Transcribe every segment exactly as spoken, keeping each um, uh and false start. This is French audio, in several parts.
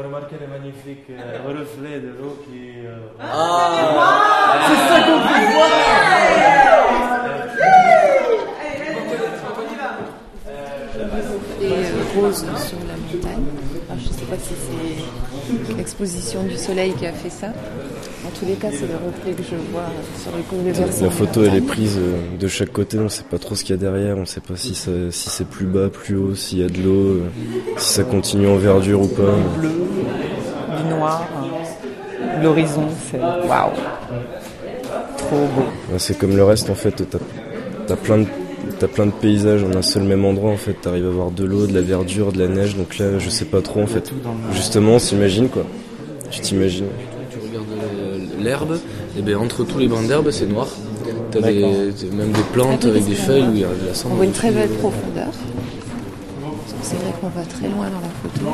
remarqué le magnifique euh, reflet de l'eau qui... Euh... Ah, c'est ça qu'on peut voir. Et euh, rose sur la montagne. Alors, je ne sais pas si c'est l'exposition du soleil qui a fait ça. En tous les cas, c'est le reflet que je vois sur le côté de la La photo, elle est prise de chaque côté, on ne sait pas trop ce qu'il y a derrière, on ne sait pas si, ça, si c'est plus bas, plus haut, s'il y a de l'eau, si ça continue en verdure ou pas. Du bleu, du noir, l'horizon, c'est waouh, trop beau. Ouais, c'est comme le reste, en fait, t'as, t'as plein de T'as plein de paysages en un seul même endroit en fait, t'arrives à voir de l'eau, de la verdure, de la neige, donc là je sais pas trop en fait. Justement on s'imagine quoi, tu t'imagines. Tu regardes l'herbe, et bien entre tous les bancs d'herbe c'est noir. T'as des, même des plantes avec des feuilles où il y a de la cendre. On voit une très belle profondeur. C'est vrai qu'on va très loin dans la photo.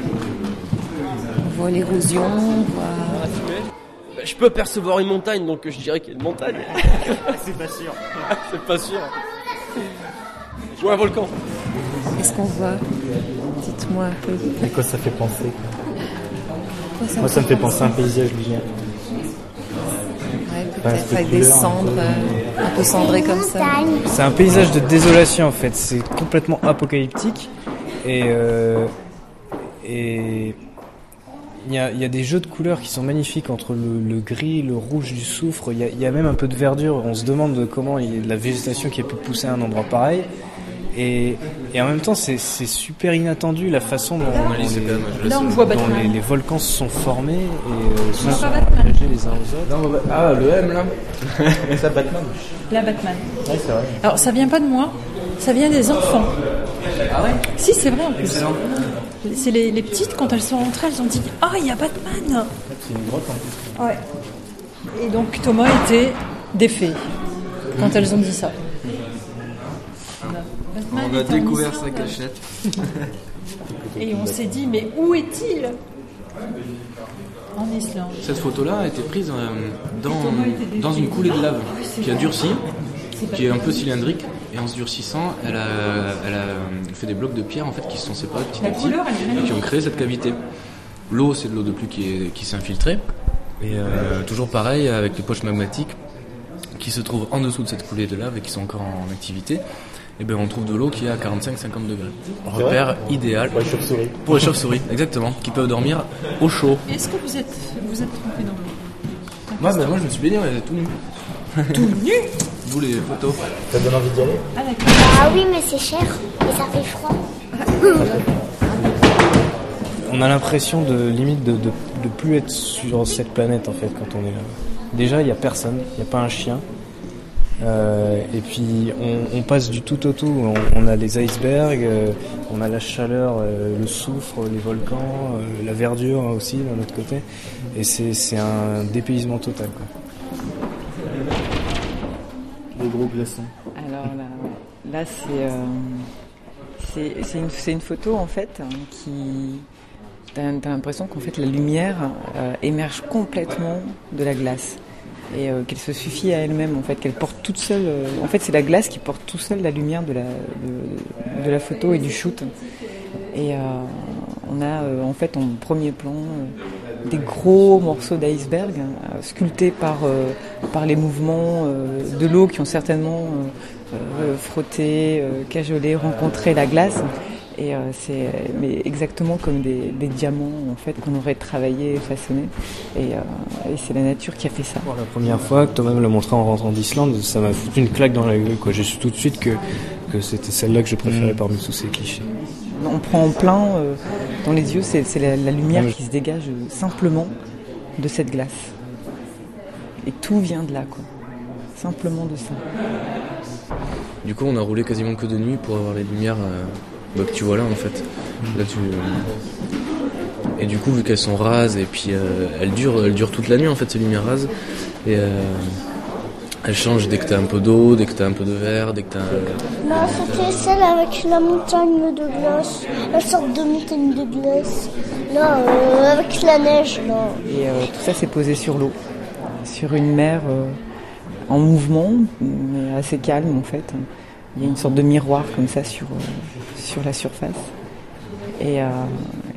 On voit l'érosion, on voit... Je peux percevoir une montagne, donc je dirais qu'il y a une montagne. C'est pas sûr. C'est pas sûr. Ou un volcan. Qu'est-ce qu'on voit? Dites-moi un peu. À quoi ça fait penser? Quoi, ça Moi, ça me fait penser à un paysage lunaire. Ouais, peut-être enfin, avec des cendres, euh, un peu cendrées comme ça. C'est un paysage de désolation en fait. C'est complètement apocalyptique et euh, et il y a, il y a des jeux de couleurs qui sont magnifiques entre le, le gris, le rouge du soufre. Il y, a, il y a même un peu de verdure. On se demande comment il y a de la végétation qui a pu pousser à un endroit pareil. Et, et en même temps, c'est, c'est super inattendu la façon dont, dont, les, Là, on voit dont les, les volcans se sont formés et euh, se sont agrégés les uns aux autres. Non, ah, le M là. C'est ça Batman. La Batman. Oui, c'est vrai. Alors, ça vient pas de moi, ça vient des enfants. Ah ouais? Si, c'est vrai en plus. Excellent. C'est les, les petites, quand elles sont rentrées, elles ont dit « Ah, oh, il y a Batman !» C'est une grotte en plus. Ouais. Et donc, Thomas était défait quand elles ont dit ça. Batman On a était découvert en sa Islande. cachette. Et on s'est dit « Mais où est-il ?» En Islande. Cette photo-là a été prise euh, dans, dans une coulée de lave qui a durci, qui est un peu cylindrique. Et en se durcissant, elle a, elle a fait des blocs de pierre en fait qui se sont séparés petit à petit et qui ont créé cette cavité. L'eau, c'est de l'eau de pluie qui, est, qui s'est infiltrée. Et euh, toujours pareil avec les poches magmatiques qui se trouvent en dessous de cette coulée de lave et qui sont encore en activité. Et bien on trouve de l'eau qui est à quarante-cinq à cinquante degrés. Repère idéal Pour les chauves-souris. Pour les chauves-souris, exactement, qui peuvent dormir au chaud. Est-ce que vous êtes, vous êtes trompé dans l'eau? Moi, bah, moi je me suis baigné, on était tout nu. Tout nu? Vous les photos. Ça donne envie d'y aller? Ah d'accord. Ah oui, mais c'est cher et ça fait froid. On a l'impression de limite de, de, de plus être sur cette planète en fait quand on est là. Déjà, il y a personne, il n'y a pas un chien. Euh, et puis on, on passe du tout au tout. On, on a les icebergs, euh, on a la chaleur, euh, le soufre, les volcans, euh, la verdure aussi d'un autre côté. Et c'est, c'est un dépaysement total, quoi. Les gros glaçons. Alors là, là c'est, euh, c'est, c'est, une, c'est une photo en fait hein, qui... T'as, t'as l'impression qu'en fait la lumière euh, émerge complètement de la glace et euh, qu'elle se suffit à elle-même en fait, qu'elle porte toute seule. Euh, en fait, c'est la glace qui porte tout seul la lumière de la de, de la photo et du shoot. Et euh, on a euh, en fait en premier plan euh, des gros morceaux d'iceberg hein, sculptés par euh, par les mouvements euh, de l'eau qui ont certainement euh, euh, frotté, euh, cajolé, rencontré la glace. Et euh, c'est mais exactement comme des, des diamants en fait qu'on aurait travaillé, façonné. Et, euh, et c'est la nature qui a fait ça. Pour la première fois que Thomas me l'a montré en rentrant d'Islande, ça m'a foutu une claque dans la gueule, quoi. J'ai su tout de suite que que c'était celle-là que je préférais mmh. parmi tous ces clichés. On prend en plein euh, dans les yeux, c'est, c'est la, la lumière qui se dégage simplement de cette glace. Et tout vient de là, quoi. Simplement de ça. Du coup, on a roulé quasiment que de nuit pour avoir les lumières euh, bah, que tu vois là, en fait. Là, tu... Et du coup, vu qu'elles sont rases, et puis euh, elles durent, elles durent toute la nuit, en fait, ces lumières rases. Et euh, elles changent dès que t'as un peu d'eau, dès que t'as un peu de verre, dès que t'as... Non, c'était celle avec la montagne de glace, la sorte de montagne de glace. Là, euh, avec la neige, là. Et euh, tout ça, c'est posé sur l'eau, sur une mer euh, en mouvement, mais assez calme, en fait. Il y a une sorte de miroir comme ça sur, euh, sur la surface. Et, euh,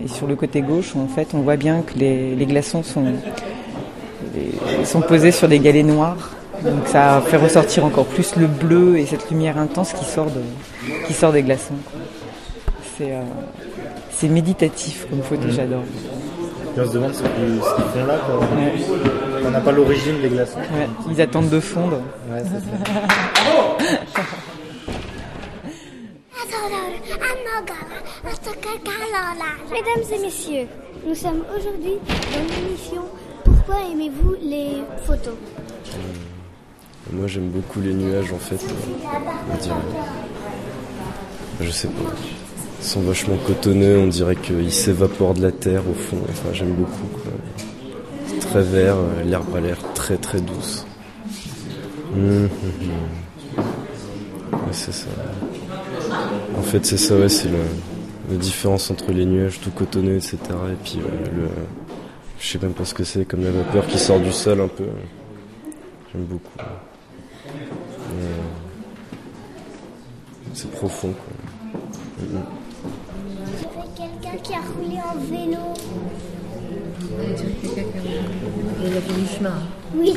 Et sur le côté gauche, en fait, on voit bien que les, les glaçons sont, les, sont posés sur des galets noirs. Donc ça fait ressortir encore plus le bleu et cette lumière intense qui sort, de, qui sort des glaçons. C'est, euh, c'est méditatif comme photo, mmh. j'adore. Et on se demande ce qu'ils, ce qu'ils font là, quoi. Ouais. On n'a pas l'origine des glaçons. Ouais, ils attendent de fondre. Ouais, c'est ça. Mesdames et messieurs, nous sommes aujourd'hui dans l'émission Pourquoi aimez-vous les photos ? Moi j'aime beaucoup les nuages en fait, on dirait. Je sais pas. Ils sont vachement cotonneux, on dirait qu'ils s'évaporent de la terre au fond. Enfin j'aime beaucoup quoi. C'est très vert, l'herbe a l'air très très douce. Mmh, mmh, mmh. Ouais, c'est ça. En fait c'est ça, ouais, c'est le, la différence entre les nuages tout cotonneux, et cetera. Et puis ouais, le, je sais même pas ce que c'est, comme la vapeur qui sort du sol un peu. J'aime beaucoup. Mais, c'est profond quoi. Mmh. Quelqu'un qui a roulé en vélo. Il a fait du chemin. Oui.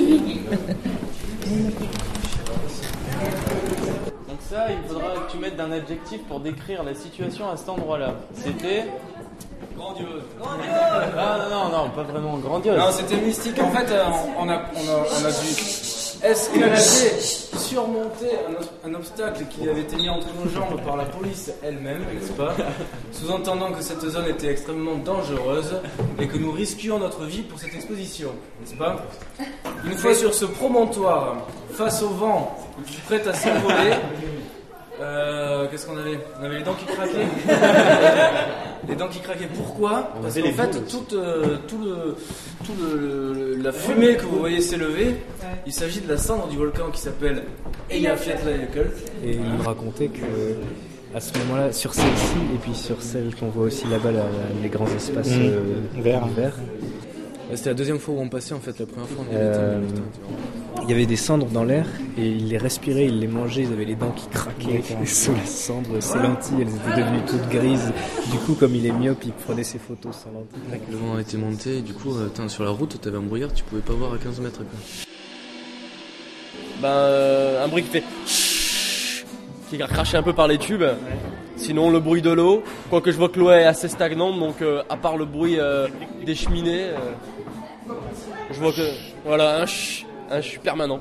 Donc ça, il faudra que tu mettes un adjectif pour décrire la situation à cet endroit-là. C'était... Grandiose. Grandiose. Ah non, non, non, pas vraiment grandiose. Non, c'était mystique. En fait, on a, on a, on a dû escalader, surmonter un, un obstacle qui avait été mis entre nos jambes par la police elle-même, n'est-ce pas ? Sous-entendant que cette zone était extrêmement dangereuse et que nous risquions notre vie pour cette exposition, n'est-ce pas ? Une fois sur ce promontoire, face au vent, prête à s'envoler, euh, qu'est-ce qu'on avait ? On avait les dents qui craquaient. Les dents qui craquaient. Pourquoi ? Parce qu'en fait, toute, euh, tout le, tout le, le, la fumée que vous voyez s'élever, il s'agit de la cendre du volcan qui s'appelle Eyjafjallajökull. Et il me racontait que à ce moment-là, sur celle-ci et puis sur celle qu'on voit aussi là-bas, là, les grands espaces mmh. euh, verts. verts. C'était la deuxième fois où on passait en fait. La première fois on euh, était il y avait des cendres dans l'air et ils les respiraient, ils les mangeaient, ils avaient les dents qui craquaient ouais, sous la cendre, ces lentilles elles étaient devenues toutes grises. Du coup comme il est myope, il prenait ses photos sans lentilles. Le vent a été monté, du coup euh, sur la route t'avais un brouillard, tu pouvais pas voir à quinze mètres quoi. Ben euh, un bruit qui fait qui a craché un peu par les tubes. Ouais. Sinon le bruit de l'eau, quoique je vois que l'eau est assez stagnante, donc euh, à part le bruit euh, des cheminées, euh, je vois que voilà un ch, un ch permanent.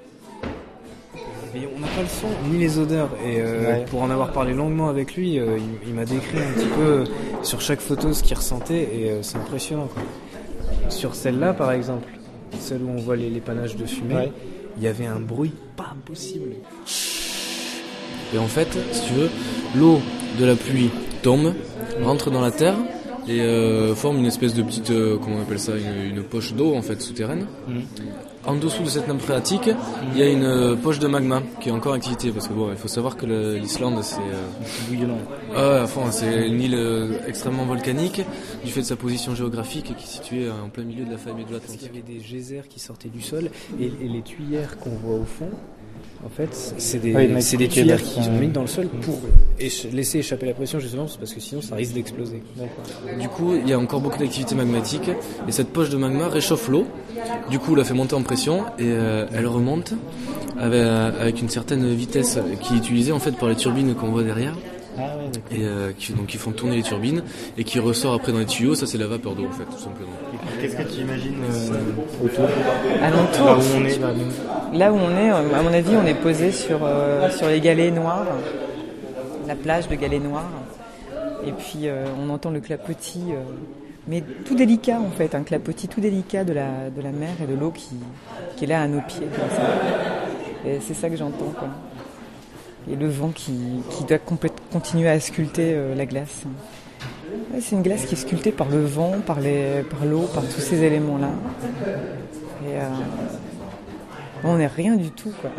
Et on n'a pas le son ni les odeurs et euh, ouais. pour en avoir parlé longuement avec lui, euh, il, il m'a décrit un petit peu euh, sur chaque photo ce qu'il ressentait et euh, c'est impressionnant quoi. Sur celle-là par exemple, celle où on voit les, les panaches de fumée, ouais. il y avait un bruit pas possible. Et en fait, si tu veux, l'eau de la pluie tombe, rentre dans la terre et euh, forme une espèce de petite, euh, comment on appelle ça, une, une poche d'eau en fait souterraine. Mmh. En dessous de cette nappe phréatique, mmh. il y a une euh, poche de magma qui est encore en activité parce que bon, il faut savoir que le, l'Islande c'est euh, bouillonnant. Ah, à fond, c'est une île euh, extrêmement volcanique du fait de sa position géographique et qui est située en plein milieu de la faille de l'Atlantique. Il y avait des geysers qui sortaient du sol et, et les tuyères qu'on voit au fond. En fait, c'est des, oui, c'est des tuyères qui sont mises dans le sol pour éch- laisser échapper la pression justement, parce que sinon ça risque d'exploser. D'accord. Du coup, il y a encore beaucoup d'activité magmatique et cette poche de magma réchauffe l'eau. Du coup, la fait monter en pression et euh, elle remonte avec, avec une certaine vitesse qui est utilisée en fait par les turbines qu'on voit derrière. Ah ouais, d'accord. Et euh, qui, donc ils font tourner les turbines et qui ressort après dans les tuyaux. Ça c'est la vapeur d'eau en fait, tout simplement. Qu'est-ce que tu imagines euh, autour Alentour, là où on est là, nous. Là où on est, à mon avis, on est posé sur euh, sur les galets noirs, la plage de galets noirs. Et puis euh, on entend le clapotis, euh, mais tout délicat en fait, un clapotis tout délicat de la de la mer et de l'eau qui qui est là à nos pieds comme ça. Et c'est ça que j'entends quoi. Et le vent qui, qui doit complè- continuer à sculpter euh, la glace. Ouais, c'est une glace qui est sculptée par le vent, par, les, par l'eau, par tous ces éléments-là. Et euh, on n'est rien du tout, quoi.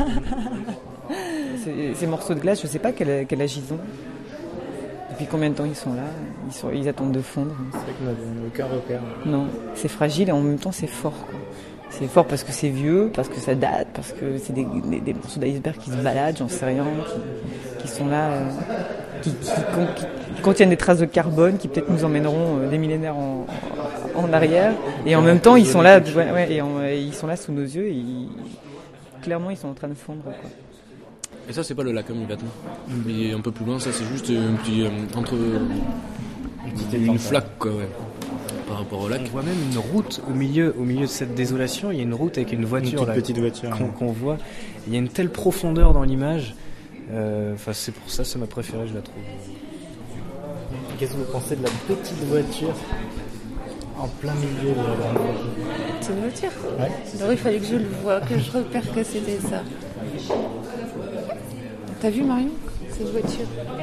ces, ces morceaux de glace, je ne sais pas quel, quel âge ils ont. Depuis combien de temps ils sont là, ils, sont, ils attendent de fondre. C'est vrai qu'on n'a aucun repère. Non, c'est fragile et en même temps c'est fort, quoi. C'est fort parce que c'est vieux, parce que ça date, parce que c'est des, des, des morceaux d'iceberg qui se baladent, j'en sais rien, qui, qui sont là, euh, qui, qui, qui, qui contiennent des traces de carbone, qui peut-être nous emmèneront euh, des millénaires en, en arrière. Et en même temps, ils sont là, ouais, ouais, et, en, et ils sont là sous nos yeux. Et ils, clairement, ils sont en train de fondre, quoi. Et ça, c'est pas le lac Millevaton. Et un peu plus loin, ça, c'est juste un petit euh, entre une, une flaque, quoi, ouais. Par rapport au lac. On voit même une route au milieu, au milieu de cette désolation. Il y a une route avec une voiture, une là, petite voiture qu'on, ouais. qu'on voit. Il y a une telle profondeur dans l'image. Enfin, euh, c'est pour ça, c'est ma préférée, je la trouve. Qu'est-ce que vous pensez de la petite voiture en plein milieu de la grande voiture? C'est une voiture. Ouais. Alors il fallait que je le voie, que je repère que c'était ça. T'as vu Marion? C'est une voiture.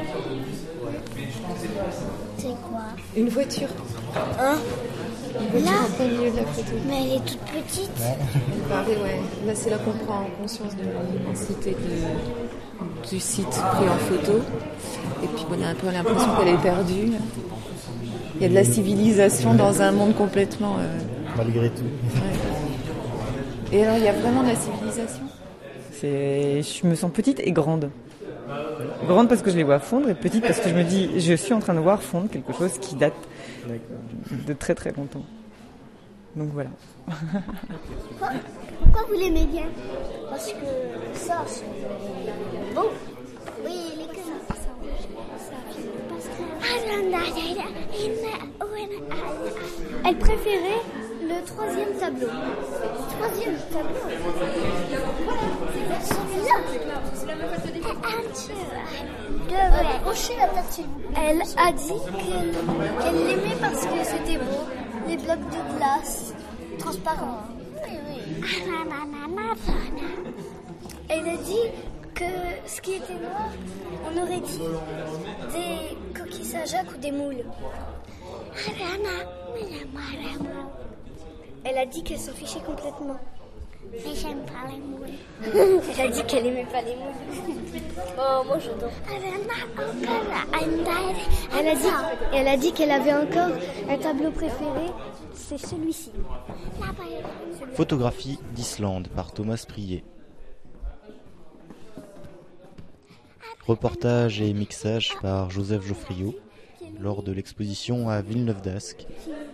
C'est quoi? Une voiture. Hein? Une voiture Là? en plein milieu de la photo. Mais elle est toute petite. Ouais. Elle paraît, ouais. Là, c'est là qu'on prend conscience de l'immensité de, du site pris en photo. Et puis, on a un peu l'impression qu'elle est perdue. Il y a de la civilisation dans un monde complètement... Euh... Malgré tout. Ouais. Et alors, il y a vraiment de la civilisation? C'est... Je me sens petite et grande. Grande parce que je les vois fondre et petite parce que je me dis, je suis en train de voir fondre quelque chose qui date de très très longtemps. Donc voilà. Pourquoi, pourquoi vous l'aimez bien? Parce que ça, c'est bon. Oui, les que ça, ça, elle préférait le troisième tableau. Troisième tableau. Voilà, c'est celui-là. Elle a dit qu'elle, qu'elle l'aimait parce que c'était beau, les blocs de glace transparents. Oui, oui. Elle a dit que ce qui était noir, on aurait dit des coquilles à Jacques ou des moules. Elle a dit qu'elle s'en fichait complètement. Mais j'aime pas les moules. Elle a dit qu'elle aimait pas les moules. Oh, moi j'adore. Elle a dit, elle a dit qu'elle avait encore un tableau préféré, c'est celui-ci. Photographie d'Islande par Thomas Prié. Reportage et mixage par Joseph Geoffriot lors de l'exposition à Villeneuve d'Ascq.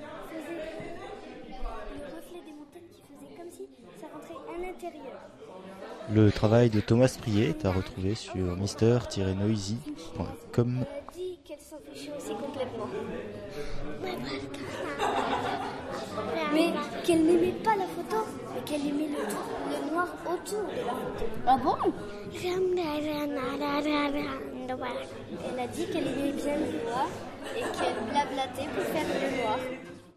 Le travail de Thomas Prié est à retrouver sur mister tiret noisy point com. Elle a dit qu'elle s'en fichait aussi complètement. Mais qu'elle n'aimait pas la photo, mais qu'elle aimait le, le noir autour de la photo. Ah bon? Elle a dit qu'elle aimait bien le noir et qu'elle blablatait pour